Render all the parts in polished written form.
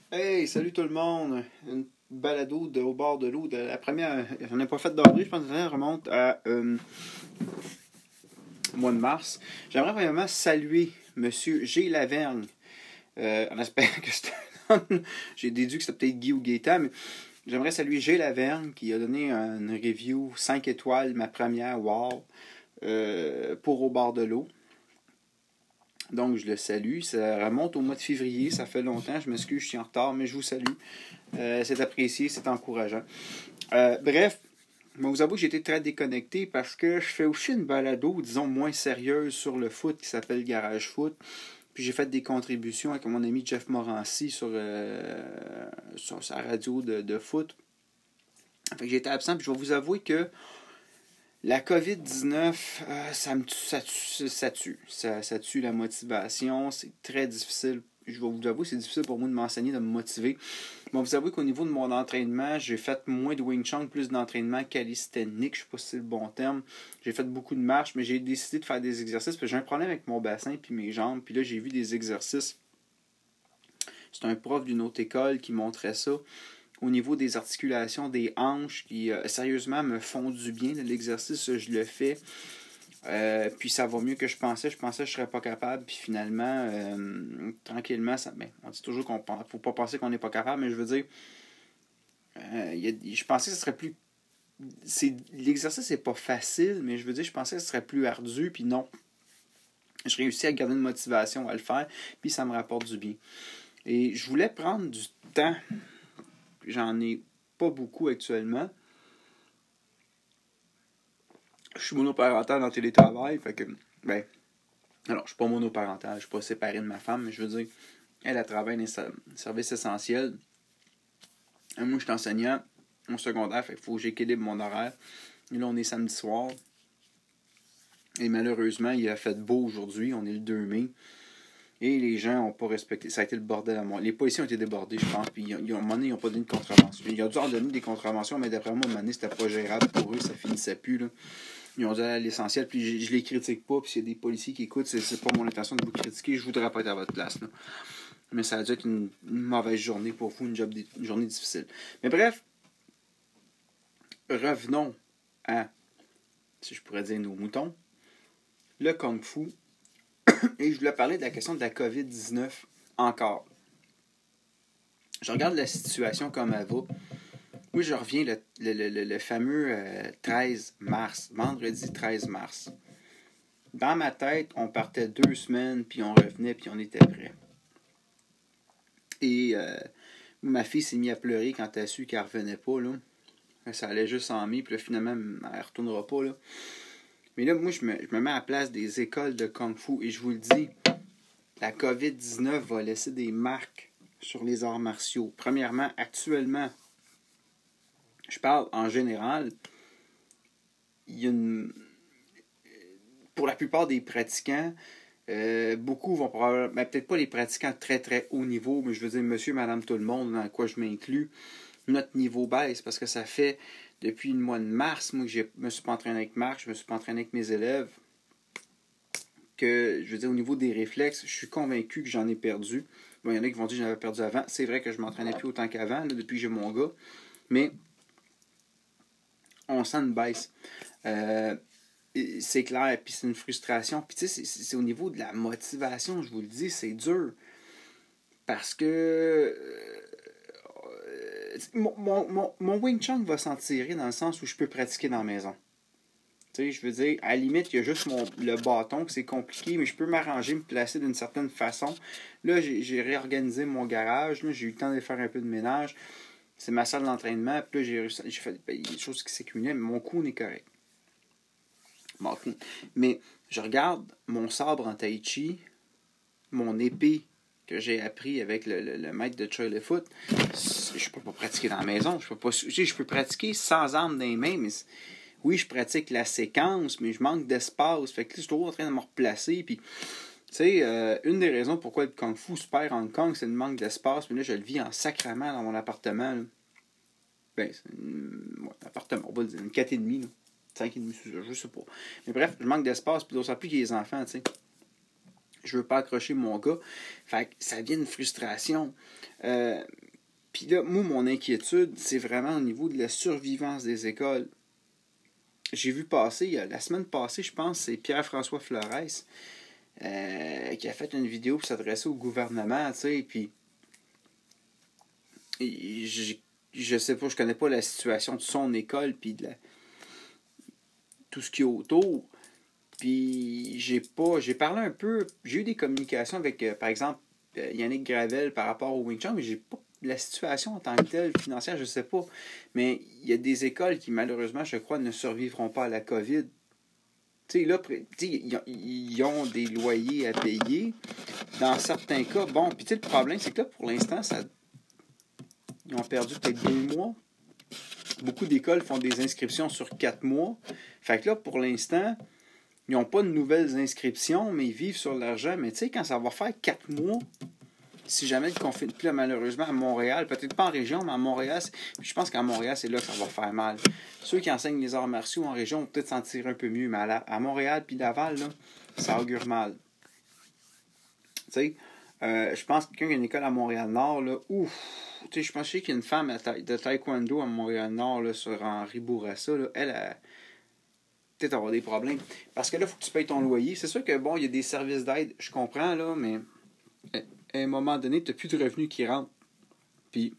Hey, salut tout le monde! Une balado au bord de l'eau. La première, j'en ai pas fait d'ordi, je pense que ça remonte à mois de mars. J'aimerais vraiment saluer Monsieur G. Lavergne. En espérant que c'était un homme. J'ai déduit que c'était peut-être Guy ou Gaétan, mais j'aimerais saluer G. Lavergne qui a donné une review 5 étoiles, ma première, wow, pour au bord de l'eau. Donc, je le salue. Ça remonte au mois de février. Ça fait longtemps. Je m'excuse, je suis en retard, mais je vous salue. C'est apprécié, c'est encourageant. Bref, je vous avoue que j'ai été très déconnecté parce que je fais aussi une balado, disons, moins sérieuse sur le foot qui s'appelle Garage Foot. Puis j'ai fait des contributions avec mon ami Jeff Morancy sur sa radio de foot. Fait que j'ai été absent. Puis je vais vous avouer que la COVID-19, ça tue. Ça tue la motivation. C'est très difficile. Je vais vous avouer, c'est difficile pour moi de m'enseigner, de me motiver. Je vais vous avouer qu'au niveau de mon entraînement, j'ai fait moins de Wing Chun, plus d'entraînement calisthénique. Je ne sais pas si c'est le bon terme. J'ai fait beaucoup de marches, mais j'ai décidé de faire des exercices parce que j'ai un problème avec mon bassin et mes jambes. Puis là, j'ai vu des exercices. C'est un prof d'une autre école qui montrait ça. Au niveau des articulations, des hanches, qui sérieusement me font du bien. L'exercice, je le fais. Puis ça va mieux que je pensais. Je pensais que je ne serais pas capable. Puis finalement, tranquillement, on dit toujours qu'il ne faut pas penser qu'on n'est pas capable, mais je veux dire, je pensais que ce serait plus... L'exercice n'est pas facile, mais je veux dire, je pensais que ce serait plus ardu. Puis non, je réussis à garder une motivation à le faire. Puis ça me rapporte du bien. Et je voulais prendre du temps. J'en ai pas beaucoup actuellement. Je suis monoparental en télétravail, fait que, alors, je suis pas monoparental, je suis pas séparé de ma femme, mais je veux dire, elle travaille dans les services essentiels. Et moi, je suis enseignant au secondaire, fait qu'il faut que j'équilibre mon horaire. Et là, on est samedi soir. Et malheureusement, il a fait beau aujourd'hui, on est le 2 mai. Et les gens n'ont pas respecté. Ça a été le bordel à moi. Les policiers ont été débordés, je pense. Puis, à un moment donné, ils n'ont pas donné de contravention. Ils ont dû en donner des contraventions, mais d'après moi, à un moment donné, c'était pas gérable pour eux. Ça finissait plus, là. Ils ont dit à l'essentiel. Puis, je les critique pas. Puis, s'il y a des policiers qui écoutent, c'est pas mon intention de vous critiquer. Je voudrais pas être à votre place, là. Mais ça a dû être une mauvaise journée pour vous, une journée difficile. Mais bref, revenons à, si je pourrais dire, nos moutons. Le Kung Fu. Et je voulais parler de la question de la COVID-19 encore. Je regarde la situation comme elle va. Moi, je reviens le fameux 13 mars, vendredi 13 mars. Dans ma tête, on partait 2 semaines, puis on revenait, puis on était prêt. Et ma fille s'est mise à pleurer quand elle a su qu'elle ne revenait pas. Là. Ça allait juste en mai, puis là, finalement, elle ne retournera pas. Là. Mais là, moi, je me mets à la place des écoles de Kung Fu, et je vous le dis, la COVID-19 va laisser des marques sur les arts martiaux. Premièrement, actuellement, je parle en général, il y a pour la plupart des pratiquants, beaucoup vont probablement, peut-être pas les pratiquants très très haut niveau, mais je veux dire monsieur, madame, tout le monde, dans quoi je m'inclus, notre niveau baisse parce que ça fait depuis le mois de mars, moi que je me suis pas entraîné avec Marc, je me suis pas entraîné avec mes élèves, que je veux dire au niveau des réflexes, je suis convaincu que j'en ai perdu. Bon, il y en a qui vont dire que j'en avais perdu avant. C'est vrai que je m'entraînais plus autant qu'avant, là, depuis que j'ai mon gars, mais on sent une baisse. C'est clair, puis c'est une frustration. Puis tu sais, c'est au niveau de la motivation, je vous le dis, c'est dur. Parce que mon Wing Chun va s'en tirer dans le sens où je peux pratiquer dans la maison. Tu sais, je veux dire, à la limite, il y a juste le bâton, que c'est compliqué, mais je peux m'arranger, me placer d'une certaine façon. Là, j'ai réorganisé mon garage, là, j'ai eu le temps de faire un peu de ménage. C'est ma salle d'entraînement, puis là, j'ai fait des choses qui s'accumulaient, mais mon cou n'est correct. Bon, mais je regarde mon sabre en tai chi, mon épée que j'ai appris avec le maître de Choi Le Foot. Je peux pas pratiquer dans la maison. Je peux pratiquer sans arme dans les mains, mais oui, je pratique la séquence, mais je manque d'espace. Fait que là, je suis toujours en train de me replacer. Puis, tu sais, une des raisons pourquoi le Kung Fu se perd en Hong Kong, c'est le manque d'espace. Mais là, je le vis en sacrament dans mon appartement. Là. C'est un appartement, on va le dire, une 4,5. 5,5, je sais pas. Mais bref, je manque d'espace, puis d'autant plus qu'il y a les enfants, tu sais. Je veux pas accrocher mon gars. Fait que ça devient une frustration. Puis là, moi, mon inquiétude, c'est vraiment au niveau de la survivance des écoles. J'ai vu passer, la semaine passée, je pense, c'est Pierre-François Flores qui a fait une vidéo pour s'adresser au gouvernement, tu sais, puis je sais pas, je connais pas la situation de son école, puis de tout ce qui est autour. Puis j'ai parlé un peu, j'ai eu des communications avec, par exemple, Yannick Gravel par rapport au Wing Chun, mais j'ai pas la situation en tant que telle, financière, je sais pas. Mais il y a des écoles qui, malheureusement, je crois, ne survivront pas à la COVID. Tu sais, là, ils ont des loyers à payer. Dans certains cas, bon, puis tu sais, le problème, c'est que là, pour l'instant, ils ont perdu peut-être 2 mois. Beaucoup d'écoles font des inscriptions sur 4 mois. Fait que là, pour l'instant, ils n'ont pas de nouvelles inscriptions, mais ils vivent sur l'argent. Mais tu sais, quand ça va faire 4 mois, si jamais le confinement, puis là, malheureusement, à Montréal, peut-être pas en région, mais à Montréal, je pense qu'à Montréal, c'est là que ça va faire mal. Ceux qui enseignent les arts martiaux en région vont peut-être s'en tirer un peu mieux, mais à Montréal puis Laval, là, ça augure mal. Tu sais, je pense que quelqu'un qui a une école à Montréal-Nord, là, ouf, tu sais, je pense qu'il y a une femme de taekwondo à Montréal-Nord, là, sur Henri Bourassa, là, elle a peut-être avoir des problèmes. Parce que là, il faut que tu payes ton loyer. C'est sûr que, bon, il y a des services d'aide, je comprends, là, mais à un moment donné, tu n'as plus de revenus qui rentrent. Puis,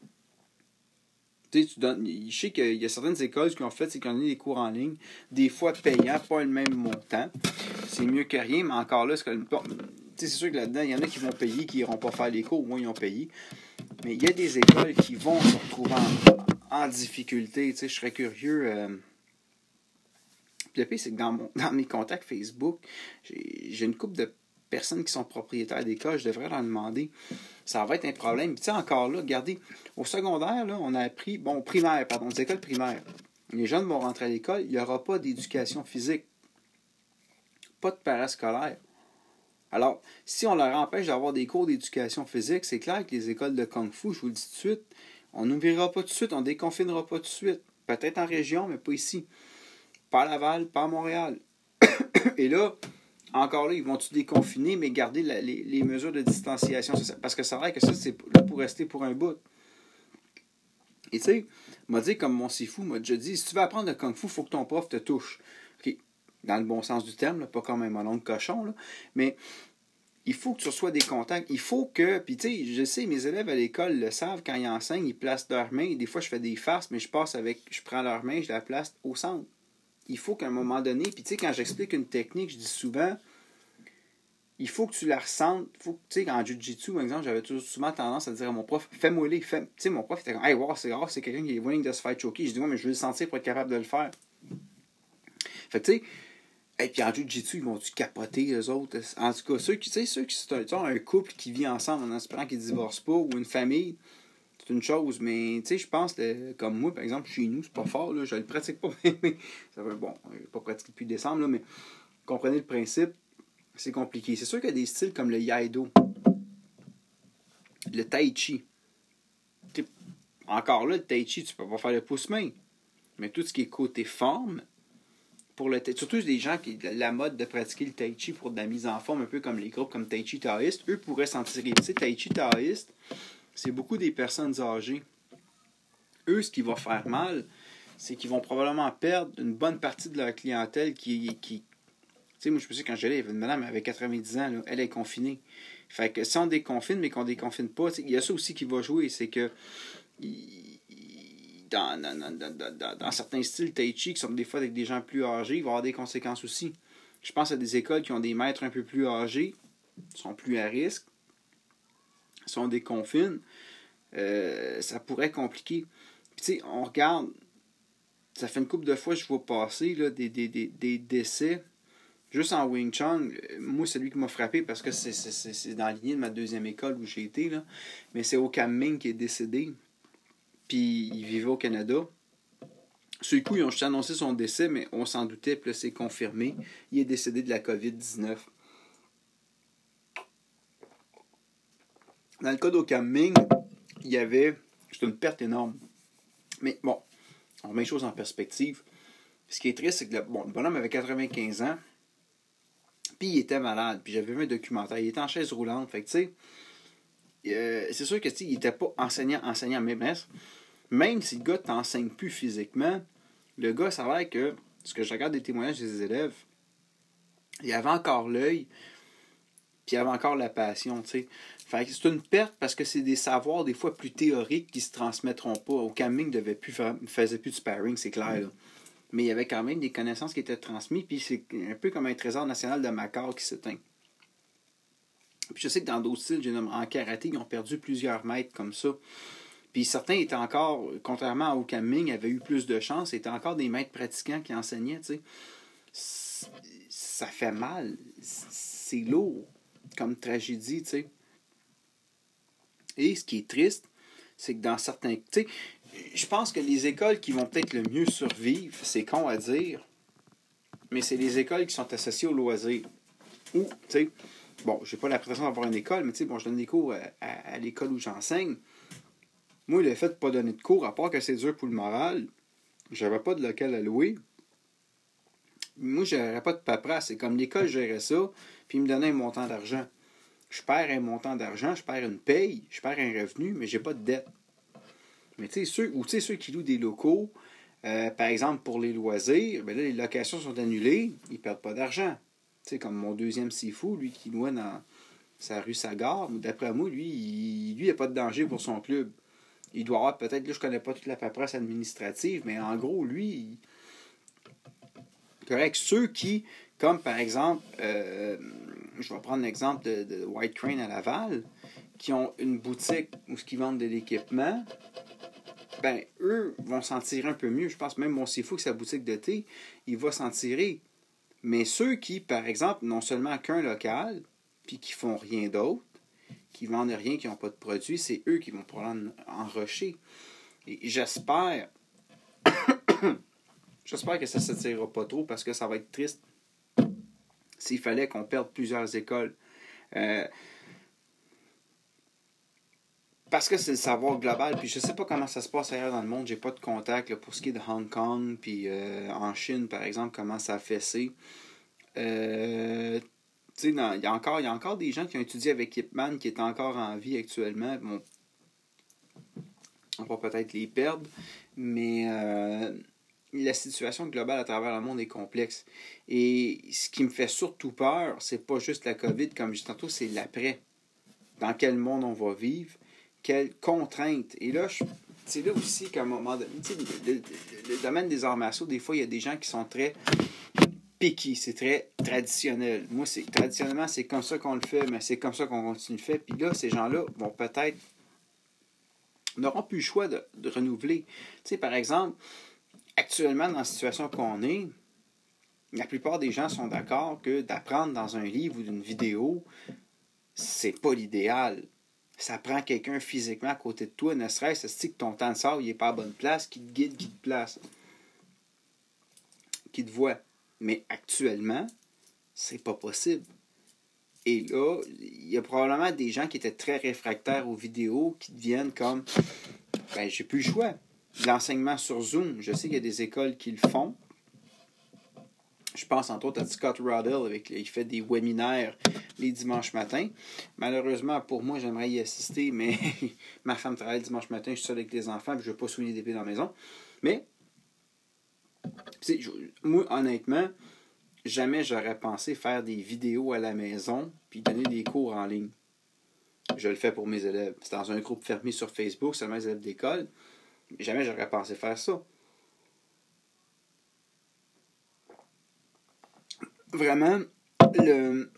tu sais, je sais qu'il y a certaines écoles qui ont fait, c'est qu'ils ont donné des cours en ligne, des fois payants, pas le même montant. C'est mieux que rien, mais encore là, c'est sûr que là-dedans, il y en a qui vont payer, qui n'iront pas faire les cours, au moins ils ont payé. Mais il y a des écoles qui vont se retrouver en difficulté. Tu sais, je serais curieux. Puis le pire, c'est que dans mes contacts Facebook, j'ai une couple de personnes qui sont propriétaires d'écoles, je devrais leur demander. Ça va être un problème. Puis tu sais, encore là, regardez, au secondaire, là, on a appris, bon, primaire, pardon, des écoles primaires. Les jeunes vont rentrer à l'école, il n'y aura pas d'éducation physique. Pas de parascolaire. Alors, si on leur empêche d'avoir des cours d'éducation physique, c'est clair que les écoles de Kung Fu, je vous le dis tout de suite, on n'ouvrira pas tout de suite, on ne déconfinera pas tout de suite. Peut-être en région, mais pas ici. Pas à Laval, pas à Montréal. Et là, encore là, ils vont-tu déconfiner, mais garder les mesures de distanciation? Parce que ça a l'air que ça, c'est là pour rester pour un bout. Et tu sais, m'a dit, comme mon Sifu m'a déjà dit, si tu veux apprendre le Kung Fu, il faut que ton prof te touche. Okay. Dans le bon sens du terme, là, pas comme un melon de cochon, là, mais il faut que tu reçois des contacts. Il faut que, puis tu sais, je sais, mes élèves à l'école le savent, quand ils enseignent, ils placent leurs mains. Des fois, je fais des farces, mais je prends leurs mains, je la place au centre. Il faut qu'à un moment donné, puis tu sais, quand j'explique une technique, je dis souvent, il faut que tu la ressentes. Tu sais, en Jiu-Jitsu, par exemple, j'avais souvent tendance à dire à mon prof, fais-moi les. Tu sais, mon prof était comme, hey, wow, c'est rare, c'est quelqu'un qui est willing de se faire choquer. Je dis, ouais, mais je veux le sentir pour être capable de le faire. Fait que tu sais, et puis en Jiu-Jitsu, ils vont-tu capoter, eux autres? En tout cas, ceux qui c'est un couple qui vit ensemble en espérant qu'ils ne divorcent pas, ou une famille, c'est une chose, mais tu sais, je pense, comme moi, par exemple, chez nous, c'est pas fort, là, je le pratique pas, mais ça va, bon, je pas pratiqué depuis décembre, là, mais comprenez le principe, c'est compliqué. C'est sûr qu'il y a des styles comme le Iaido, le Tai Chi. Encore là, le Tai Chi, tu peux pas faire le pouce-main, mais tout ce qui est côté forme, surtout des gens qui la mode de pratiquer le Tai Chi pour de la mise en forme, un peu comme les groupes comme Tai Chi Taoïste, eux pourraient s'en tirer. Tu sais, Tai Chi Taoïste, c'est beaucoup des personnes âgées. Eux, ce qui va faire mal, c'est qu'ils vont probablement perdre une bonne partie de leur clientèle qui tu sais, moi, je me souviens, quand j'allais, il y avait une madame avec 90 ans, là, elle est confinée. Fait que si on déconfine, mais qu'on déconfine pas, il y a ça aussi qui va jouer, c'est que dans certains styles Tai Chi, qui sont des fois avec des gens plus âgés, il va y avoir des conséquences aussi. Je pense à des écoles qui ont des maîtres un peu plus âgés, sont plus à risque, si on déconfine, ça pourrait compliquer. Puis tu sais, on regarde, ça fait une couple de fois que je vois passer là, des décès. Juste en Wing Chun, moi, c'est lui qui m'a frappé parce que c'est dans la lignée de ma deuxième école où j'ai été, là. Mais c'est Okam Ming qui est décédé. Puis il vivait au Canada. Sur le coup, ils ont juste annoncé son décès, mais on s'en doutait, puis là, c'est confirmé. Il est décédé de la COVID-19. Dans le cas d'Okam Ming, il y avait... C'était une perte énorme. Mais bon, on remet les choses en perspective. Ce qui est triste, c'est que le bonhomme avait 95 ans. Puis il était malade. Puis j'avais vu un documentaire. Il était en chaise roulante. Fait que, tu sais, c'est sûr que, tu sais, il n'était pas enseignant même si le gars t'enseigne plus physiquement, le gars, ça a l'air que, ce que je regarde des témoignages des élèves, il avait encore l'œil, puis il avait encore la passion, tu sais. Fait que c'est une perte parce que c'est des savoirs des fois plus théoriques qui se transmettront pas. Au Caming faisait plus de sparring, c'est clair, là. Mais il y avait quand même des connaissances qui étaient transmises, puis c'est un peu comme un trésor national de Macao qui s'éteint. Puis je sais que dans d'autres styles, en karaté, ils ont perdu plusieurs maîtres comme ça. Puis certains étaient encore, contrairement à Okaming, avaient eu plus de chance, étaient encore des maîtres pratiquants qui enseignaient, tu sais. Ça fait mal. C'est lourd comme tragédie, tu sais. Et ce qui est triste, c'est que dans certains... Tu sais, je pense que les écoles qui vont peut-être le mieux survivre, c'est con à dire, mais c'est les écoles qui sont associées au loisir. Ou, tu sais, bon, j'ai pas la prétention d'avoir une école, mais tu sais, bon, je donne des cours à l'école où j'enseigne. Moi, le fait de ne pas donner de cours, à part que c'est dur pour le moral, j'avais pas de local à louer. Moi, je n'aurais pas de paperasse. C'est comme l'école gérait ça, puis ils me donnaient un montant d'argent. Je perds un montant d'argent, je perds une paye, je perds un revenu, mais j'ai pas de dette. Mais tu sais, ceux qui louent des locaux, par exemple pour les loisirs, ben là, les locations sont annulées, ils perdent pas d'argent. Tu sais, comme mon deuxième Sifu, lui qui louait dans sa rue Sagard, d'après moi, lui, il n'y a pas de danger pour son club. Il doit avoir peut-être, là, je connais pas toute la paperasse administrative, mais en gros, lui, correct. Ceux qui, comme par exemple, je vais prendre l'exemple de White Crane à Laval, qui ont une boutique où ils vendent de l'équipement, ben, eux vont s'en tirer un peu mieux. Je pense même mon Sifu, que sa boutique de thé, il va s'en tirer. Mais ceux qui, par exemple, n'ont seulement qu'un local, puis qui font rien d'autre, qui vendent rien, qui n'ont pas de produits, c'est eux qui vont probablement enrocher. Et j'espère que ça ne se tirera pas trop parce que ça va être triste s'il fallait qu'on perde plusieurs écoles. Parce que c'est le savoir global, puis je sais pas comment ça se passe ailleurs dans le monde, j'ai pas de contact là, pour ce qui est de Hong Kong, puis en Chine, par exemple, comment ça a fessé. Tu sais, il y a encore des gens qui ont étudié avec Ip Man qui est encore en vie actuellement. Bon, on va peut-être les perdre, mais la situation globale à travers le monde est complexe. Et ce qui me fait surtout peur, c'est pas juste la COVID, comme je disais tantôt, c'est l'après. Dans quel monde on va vivre, quelles contraintes. Et là, c'est là aussi qu'à un moment donné, le domaine des arts martiaux, des fois, il y a des gens qui sont très picky, c'est très traditionnel. Moi, traditionnellement, c'est comme ça qu'on le fait, mais c'est comme ça qu'on continue de faire. Puis là, ces gens-là vont peut-être n'auront plus le choix de renouveler. Tu sais, par exemple, actuellement, dans la situation qu'on est, la plupart des gens sont d'accord que d'apprendre dans un livre ou d'une vidéo, c'est pas l'idéal. Ça prend quelqu'un physiquement à côté de toi, ne serait-ce que ton temps de sort, il n'est pas à bonne place, qui te guide, qui te place, qui te voit. Mais actuellement, c'est pas possible. Et là, il y a probablement des gens qui étaient très réfractaires aux vidéos qui deviennent comme, ben, j'ai plus le choix. L'enseignement sur Zoom, je sais qu'il y a des écoles qui le font. Je pense entre autres à Scott Ruddell, il fait des webinaires les dimanches matins. Malheureusement, pour moi, j'aimerais y assister, mais ma femme travaille dimanche matin, je suis seul avec les enfants, puis je ne veux pas souligner des pieds dans la maison. Mais, moi, honnêtement, jamais j'aurais pensé faire des vidéos à la maison puis donner des cours en ligne. Je le fais pour mes élèves. C'est dans un groupe fermé sur Facebook, seulement les élèves d'école. Jamais j'aurais pensé faire ça. Vraiment, le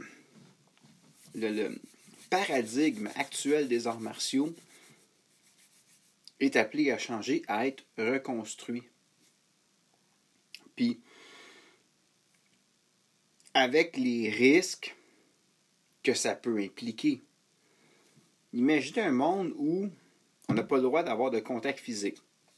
paradigme actuel des arts martiaux est appelé à changer, à être reconstruit. Puis, avec les risques que ça peut impliquer. Imaginez un monde où on n'a pas le droit d'avoir de contact physique.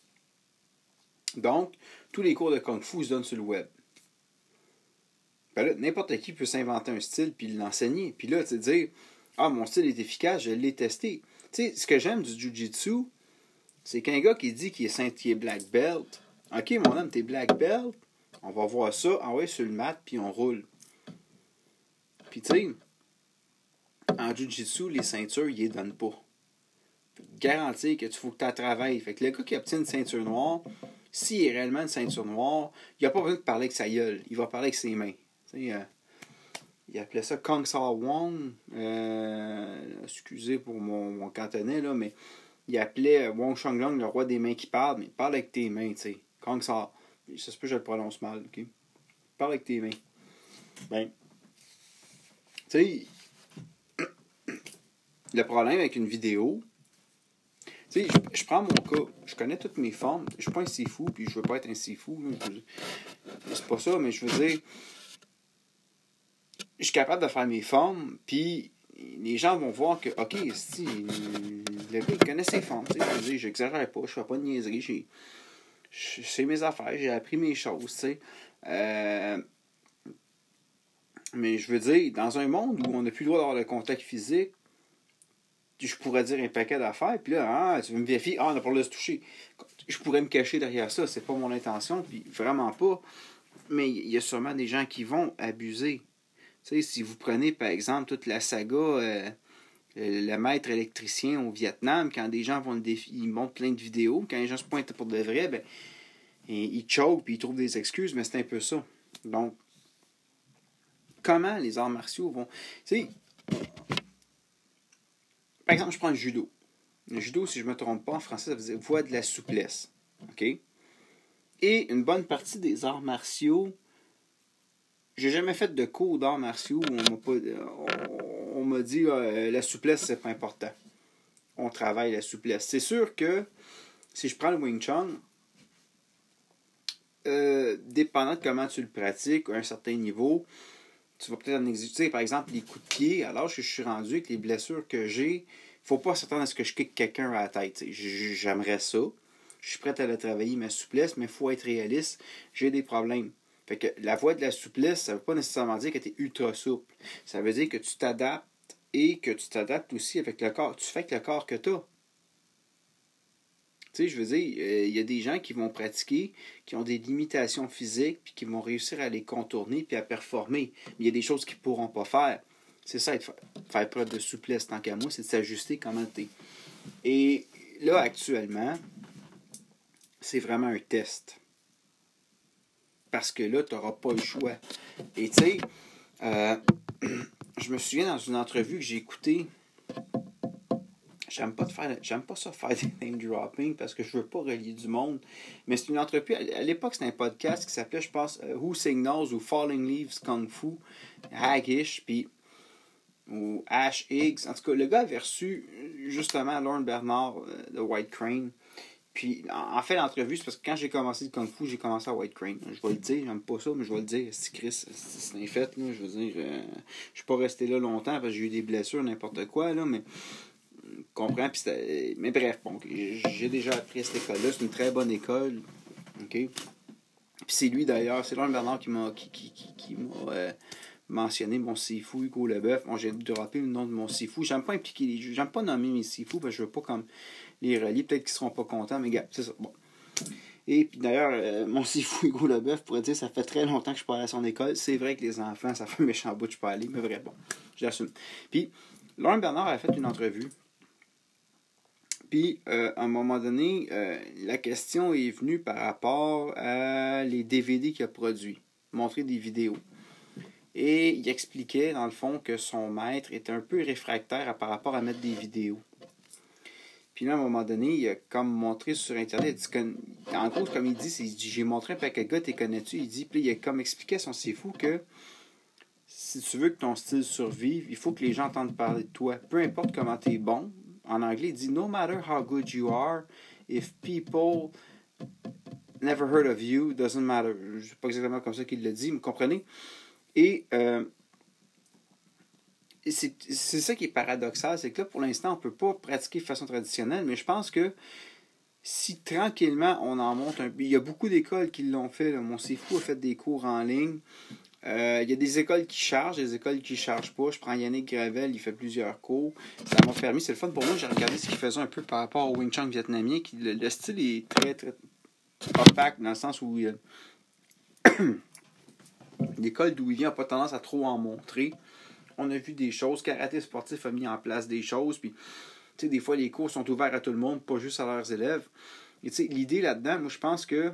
Donc, tous les cours de Kung Fu se donnent sur le web. Ben là, n'importe qui peut s'inventer un style puis l'enseigner. Puis là, tu sais, dire « Ah, mon style est efficace, je l'ai testé. » Tu sais, ce que j'aime du Jiu-Jitsu, c'est qu'un gars qui dit qu'il est black belt. « Ok, mon homme, t'es black belt. On va voir ça, sur le mat, puis on roule. » Puis, tu sais, en Jiu-Jitsu, les ceintures, ils les donnent pas. Garantir que tu faut que tu travailles. Fait que le gars qui obtient une ceinture noire, s'il est réellement une ceinture noire, il n'a pas besoin de parler avec sa gueule. Il va parler avec ses mains. Tu sais, il appelait ça Kong Sao Wong. Excusez pour mon cantonais, là, mais il appelait Wong Shanglong le roi des mains qui parle, mais parle avec tes mains, tu sais. Kong Sao. Ça se peut que je le prononce mal, ok? Parle avec tes mains. Ben, tu sais, le problème avec une vidéo, tu sais, je prends mon cas, je connais toutes mes formes, je suis pas un sifu, puis je veux pas être un sifu, c'est pas ça, mais je veux dire, je suis capable de faire mes formes, puis les gens vont voir que, ok, si, le gars, il connaît ses formes, tu sais, je veux dire, j'exagère pas, je fais pas de niaiserie, c'est mes affaires, j'ai appris mes choses, tu sais. Mais je veux dire, dans un monde où on n'a plus le droit d'avoir le contact physique, je pourrais dire un paquet d'affaires, puis là, tu veux me vérifier, on n'a pas le droit de se toucher. Je pourrais me cacher derrière ça, c'est pas mon intention, puis vraiment pas. Mais il y a sûrement des gens qui vont abuser. Tu sais, si vous prenez, par exemple, toute la saga le maître électricien au Vietnam, quand des gens vont le défier, ils montrent plein de vidéos, quand les gens se pointent pour de vrai, ben, ils choquent, puis ils trouvent des excuses, mais c'est un peu ça. Donc, comment les arts martiaux vont... Tu sais, par exemple, je prends le judo. Le judo, si je ne me trompe pas, en français, ça veut dire voie de la souplesse. OK? Et une bonne partie des arts martiaux, j'ai jamais fait de cours d'arts martiaux où on m'a dit la souplesse, c'est pas important. On travaille la souplesse. C'est sûr que si je prends le Wing Chun, dépendant de comment tu le pratiques à un certain niveau, tu vas peut-être en exécuter, par exemple, les coups de pied. À l'âge que je suis rendu, avec les blessures que j'ai, il ne faut pas s'attendre à ce que je kick quelqu'un à la tête. J'aimerais ça. Je suis prêt à le travailler, ma souplesse, mais il faut être réaliste. J'ai des problèmes. Fait que la voie de la souplesse, ça ne veut pas nécessairement dire que tu es ultra souple. Ça veut dire que tu t'adaptes et que tu t'adaptes aussi avec le corps. Tu fais avec le corps que tu as. Tu sais, je veux dire, il y a des gens qui vont pratiquer, qui ont des limitations physiques, puis qui vont réussir à les contourner, puis à performer. Mais il y a des choses qu'ils ne pourront pas faire. C'est ça, faire preuve de souplesse, tant qu'à moi, c'est de s'ajuster comment tu es. Et là, actuellement, c'est vraiment un test. Parce que là, tu n'auras pas le choix. Et tu sais, je me souviens dans une entrevue que j'ai écoutée, j'aime pas ça faire des name dropping parce que je veux pas relier du monde. Mais c'est une entrevue. À l'époque, c'était un podcast qui s'appelait, je pense, Who Signals ou Falling Leaves Kung Fu, Hagish, puis ou Ash Higgs. En tout cas, le gars avait reçu justement Lauren Bernard de White Crane. Puis, en fait, l'entrevue, c'est parce que quand j'ai commencé le Kung Fu, j'ai commencé à White Crane. Je vais le dire, j'aime pas ça, mais je vais le dire. Si Chris, c'est un fait, là, je veux dire, je suis pas resté là longtemps parce que j'ai eu des blessures, n'importe quoi, là, mais comprends. Puis mais bref, bon, j'ai déjà appris à cette école-là. C'est une très bonne école. OK? Puis c'est lui d'ailleurs, c'est Laurent Bernard qui m'a mentionné mon sifu, Hugo Leboeuf. Bon, j'ai droppé le nom de mon sifu. J'aime pas impliquer j'aime pas nommer mes sifus parce que je veux pas comme les relier. Peut-être qu'ils seront pas contents, mais gars, c'est ça. Bon. Et puis d'ailleurs, mon sifu Hugo Leboeuf pourrait dire ça fait très longtemps que je suis pas allé à son école. C'est vrai que les enfants, ça fait un méchant bout que je suis pas allé, mais vrai, bon, j'assume. Puis Laurent Bernard a fait une entrevue. Puis, à un moment donné, la question est venue par rapport à les DVD qu'il a produits, montrer des vidéos. Et il expliquait, dans le fond, que son maître était un peu réfractaire par rapport à mettre des vidéos. Puis là, à un moment donné, il a comme montré sur Internet, en gros, comme il dit, j'ai montré un paquet de gars, t'es connais-tu? Il dit, puis il a comme expliqué à son sifu que si tu veux que ton style survive, il faut que les gens entendent parler de toi. Peu importe comment t'es bon. En anglais, il dit no matter how good you are, if people never heard of you, doesn't matter. Je sais pas exactement comme ça qu'il le dit, mais vous comprenez? Et c'est ça qui est paradoxal, c'est que là, pour l'instant, on peut pas pratiquer de façon traditionnelle, mais je pense que si tranquillement on en monte un peu, il y a beaucoup d'écoles qui l'ont fait. Là. Mon sifu a fait des cours en ligne. Il y a des écoles qui chargent, des écoles qui ne chargent pas. Je prends Yannick Gravel, il fait plusieurs cours. Ça m'a permis, c'est le fun pour moi. J'ai regardé ce qu'il faisait un peu par rapport au Wing Chun vietnamien. Le style est très, très opaque dans le sens où l'école d'où il vient n'a pas tendance à trop en montrer. on a vu des choses. Karaté sportif a mis en place des choses. Puis, des fois, les cours sont ouverts à tout le monde, pas juste à leurs élèves. Et l'idée là-dedans, moi, je pense que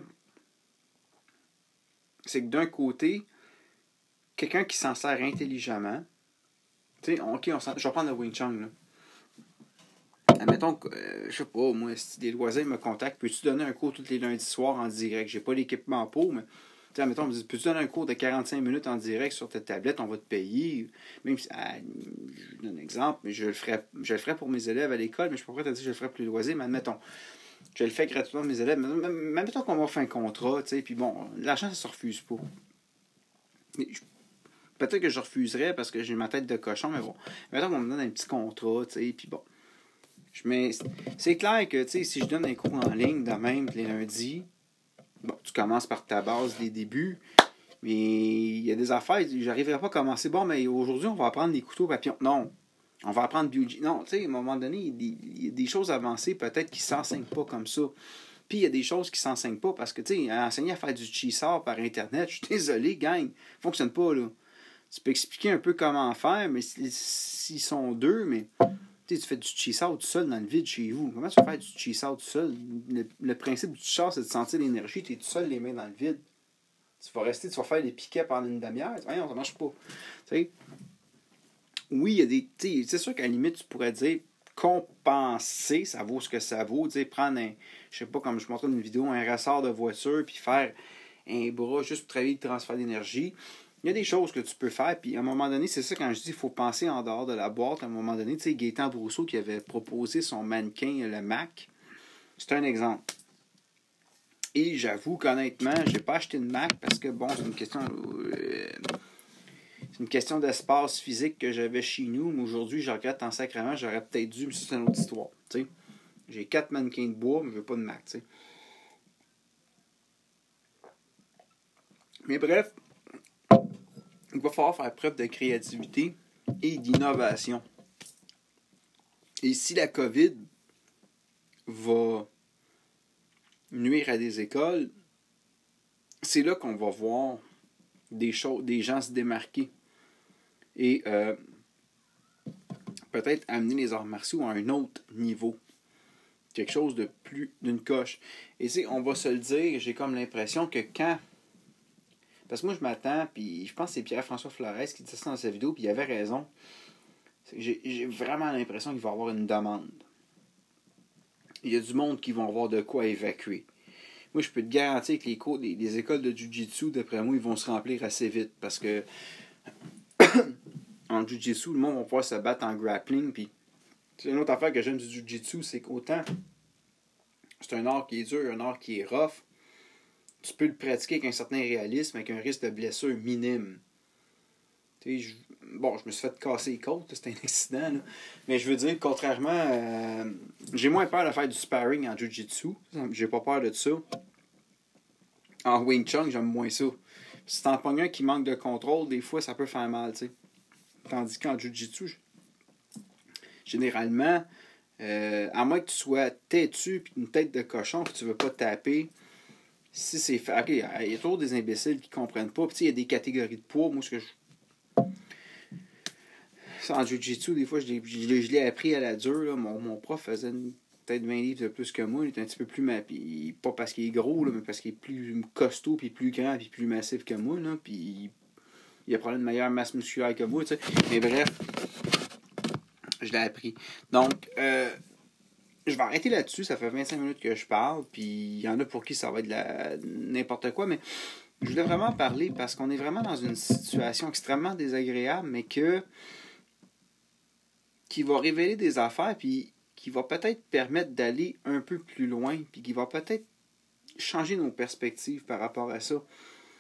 c'est que d'un côté, quelqu'un qui s'en sert intelligemment, OK, je vais prendre le Wing Chun, là. Admettons que, je sais pas, moi, si des loisirs me contactent, peux-tu donner un cours tous les lundis soirs en direct? J'ai pas l'équipement pour, mais admettons, on me dit, peux-tu donner un cours de 45 minutes en direct sur ta tablette, on va te payer. Même si, je donne un exemple, mais je le ferais pour mes élèves à l'école, mais je pourrais te dire que je le ferais pour les loisirs, mais admettons, je le fais gratuitement pour mes élèves, mais admettons qu'on va faire un contrat, puis bon, l'argent, ça se refuse pas. Peut-être que je refuserais parce que j'ai ma tête de cochon, mais bon, admettons qu'on me donne un petit contrat, puis bon. Mais c'est clair que si je donne un cours en ligne de même les lundis, bon, tu commences par ta base des débuts, mais il y a des affaires, j'arriverai pas à commencer. Bon, mais aujourd'hui, on va apprendre les couteaux papillons. Non, on va apprendre Biologie. Non, à un moment donné, il y a des choses avancées peut-être qui ne s'enseignent pas comme ça. Puis il y a des choses qui ne s'enseignent pas parce que, enseigner à faire du chi-sort par Internet, je suis désolé, gang, ça ne fonctionne pas, là. Tu peux expliquer un peu comment faire, mais s'ils sont deux, mais... Tu fais du chi-sao tout seul dans le vide chez vous. Comment tu vas faire du chi-sao tout seul? Le principe du chi-sao, c'est de sentir l'énergie. Tu es tout seul les mains dans le vide. Tu vas faire des piquets pendant une demi-heure. Voyons, ça marche pas. T'sais? Oui, il y a des... C'est sûr qu'à la limite, tu pourrais dire compenser, ça vaut ce que ça vaut. Prendre un... Je sais pas, comme je montrais dans une vidéo, un ressort de voiture, puis faire un bras juste pour travailler le transfert d'énergie. Il y a des choses que tu peux faire, puis à un moment donné, c'est ça quand je dis qu'il faut penser en dehors de la boîte. À un moment donné, tu sais, Gaétan Brousseau qui avait proposé son mannequin, le Mac, c'est un exemple. Et j'avoue qu'honnêtement, j'ai pas acheté de Mac parce que, bon, c'est une question d'espace physique que j'avais chez nous, mais aujourd'hui, je regrette en sacrément, j'aurais peut-être dû, mais c'est une autre histoire, tu sais. J'ai 4 mannequins de bois, mais je veux pas de Mac, tu sais. Mais bref, il va falloir faire preuve de créativité et d'innovation. Et si la COVID va nuire à des écoles, c'est là qu'on va voir des gens se démarquer. Et peut-être amener les arts martiaux à un autre niveau. Quelque chose de plus d'une coche. Et on va se le dire, j'ai comme l'impression que quand... Parce que moi, je m'attends, puis je pense que c'est Pierre-François Flores qui disait ça dans sa vidéo, puis il avait raison. J'ai vraiment l'impression qu'il va y avoir une demande. Il y a du monde qui vont avoir de quoi évacuer. Moi, je peux te garantir que les cours des écoles de Jiu-Jitsu, d'après moi, ils vont se remplir assez vite. Parce que en Jiu-Jitsu, le monde va pouvoir se battre en grappling. Puis c'est une autre affaire que j'aime du Jiu-Jitsu, c'est qu'autant c'est un art qui est dur, un art qui est rough, tu peux le pratiquer avec un certain réalisme, avec un risque de blessure minime. Je me suis fait casser les côtes, c'était un accident. Là. Mais je veux dire, contrairement, j'ai moins peur de faire du sparring en Jiu-Jitsu. J'ai pas peur de ça. En Wing Chun, j'aime moins ça. Si t'en pognes un qui manque de contrôle, des fois, ça peut faire mal, tu sais. Tandis qu'en Jiu-Jitsu, généralement, à moins que tu sois têtu puis une tête de cochon que tu veux pas taper, si c'est fait... OK, il y a toujours des imbéciles qui comprennent pas. Puis il y a des catégories de poids. Moi, en Jiu-Jitsu, des fois, je l'ai appris à la dure. Là. Mon prof faisait peut-être 20 livres de plus que moi. Il est un petit peu plus... pas parce qu'il est gros, là, mais parce qu'il est plus costaud, puis plus grand, puis plus massif que moi. Là. Puis il a probablement une meilleure masse musculaire que moi. T'sais. Mais bref, je l'ai appris. Donc, je vais arrêter là-dessus. Ça fait 25 minutes que je parle. Puis il y en a pour qui ça va être n'importe quoi. Mais je voulais vraiment parler parce qu'on est vraiment dans une situation extrêmement désagréable, mais qui va révéler des affaires, puis qui va peut-être permettre d'aller un peu plus loin, puis qui va peut-être changer nos perspectives par rapport à ça.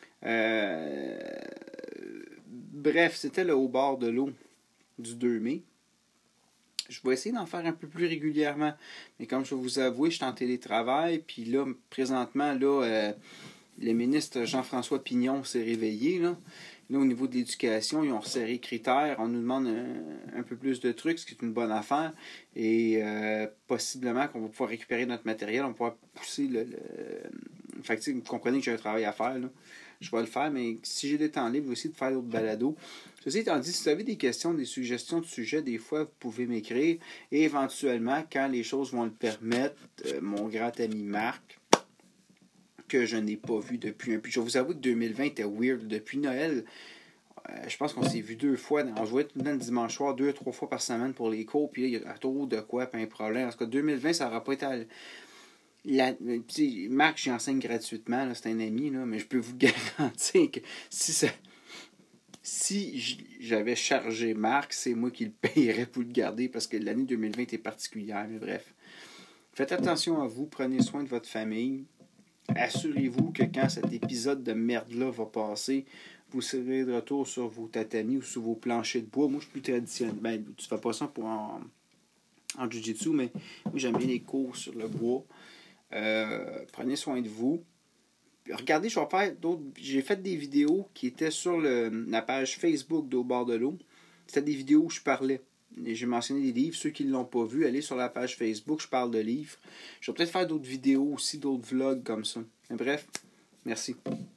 Bref, c'était le haut bord de l'eau du 2 mai. Je vais essayer d'en faire un peu plus régulièrement. Mais comme je vais vous avouer, je suis en télétravail, puis là, présentement, là, le ministre Jean-François Pignon s'est réveillé, là. Là, au niveau de l'éducation, ils ont resserré les critères. On nous demande un peu plus de trucs, ce qui est une bonne affaire. Et possiblement qu'on va pouvoir récupérer notre matériel. On va pouvoir pousser Fait que, vous comprenez que j'ai un travail à faire, là. Je vais le faire, mais si j'ai des temps libres, aussi de faire d'autres balados. Ceci étant dit, si vous avez des questions, des suggestions de sujets, des fois, vous pouvez m'écrire. Et éventuellement, quand les choses vont le permettre, mon grand ami Marc, que je n'ai pas vu depuis un... Puis je vais vous avouer que 2020 était weird. Depuis Noël, je pense qu'on s'est vu 2 fois. On jouait tout le temps le dimanche soir, 2-3 fois par semaine pour les cours. Puis là, il y a trop de quoi, pas un problème. En tout cas, 2020, ça n'aura pas été... Marc, j'enseigne gratuitement, là, c'est un ami, là, mais je peux vous garantir que si j'avais chargé Marc, c'est moi qui le payerais pour le garder parce que l'année 2020 était particulière. Mais bref, faites attention à vous, prenez soin de votre famille. Assurez-vous que quand cet épisode de merde-là va passer, vous serez de retour sur vos tatamis ou sur vos planchers de bois. Moi, je suis plus traditionnel. Ben, tu fais pas ça en jiu-jitsu, mais moi, j'aime bien les cours sur le bois. Prenez soin de vous. Regardez, j'ai fait des vidéos qui étaient sur la page Facebook d'Au bord de l'eau. C'était des vidéos où je parlais. Et j'ai mentionné des livres. Ceux qui ne l'ont pas vu, allez sur la page Facebook, je parle de livres. Je vais peut-être faire d'autres vidéos aussi, d'autres vlogs comme ça. Mais bref, merci.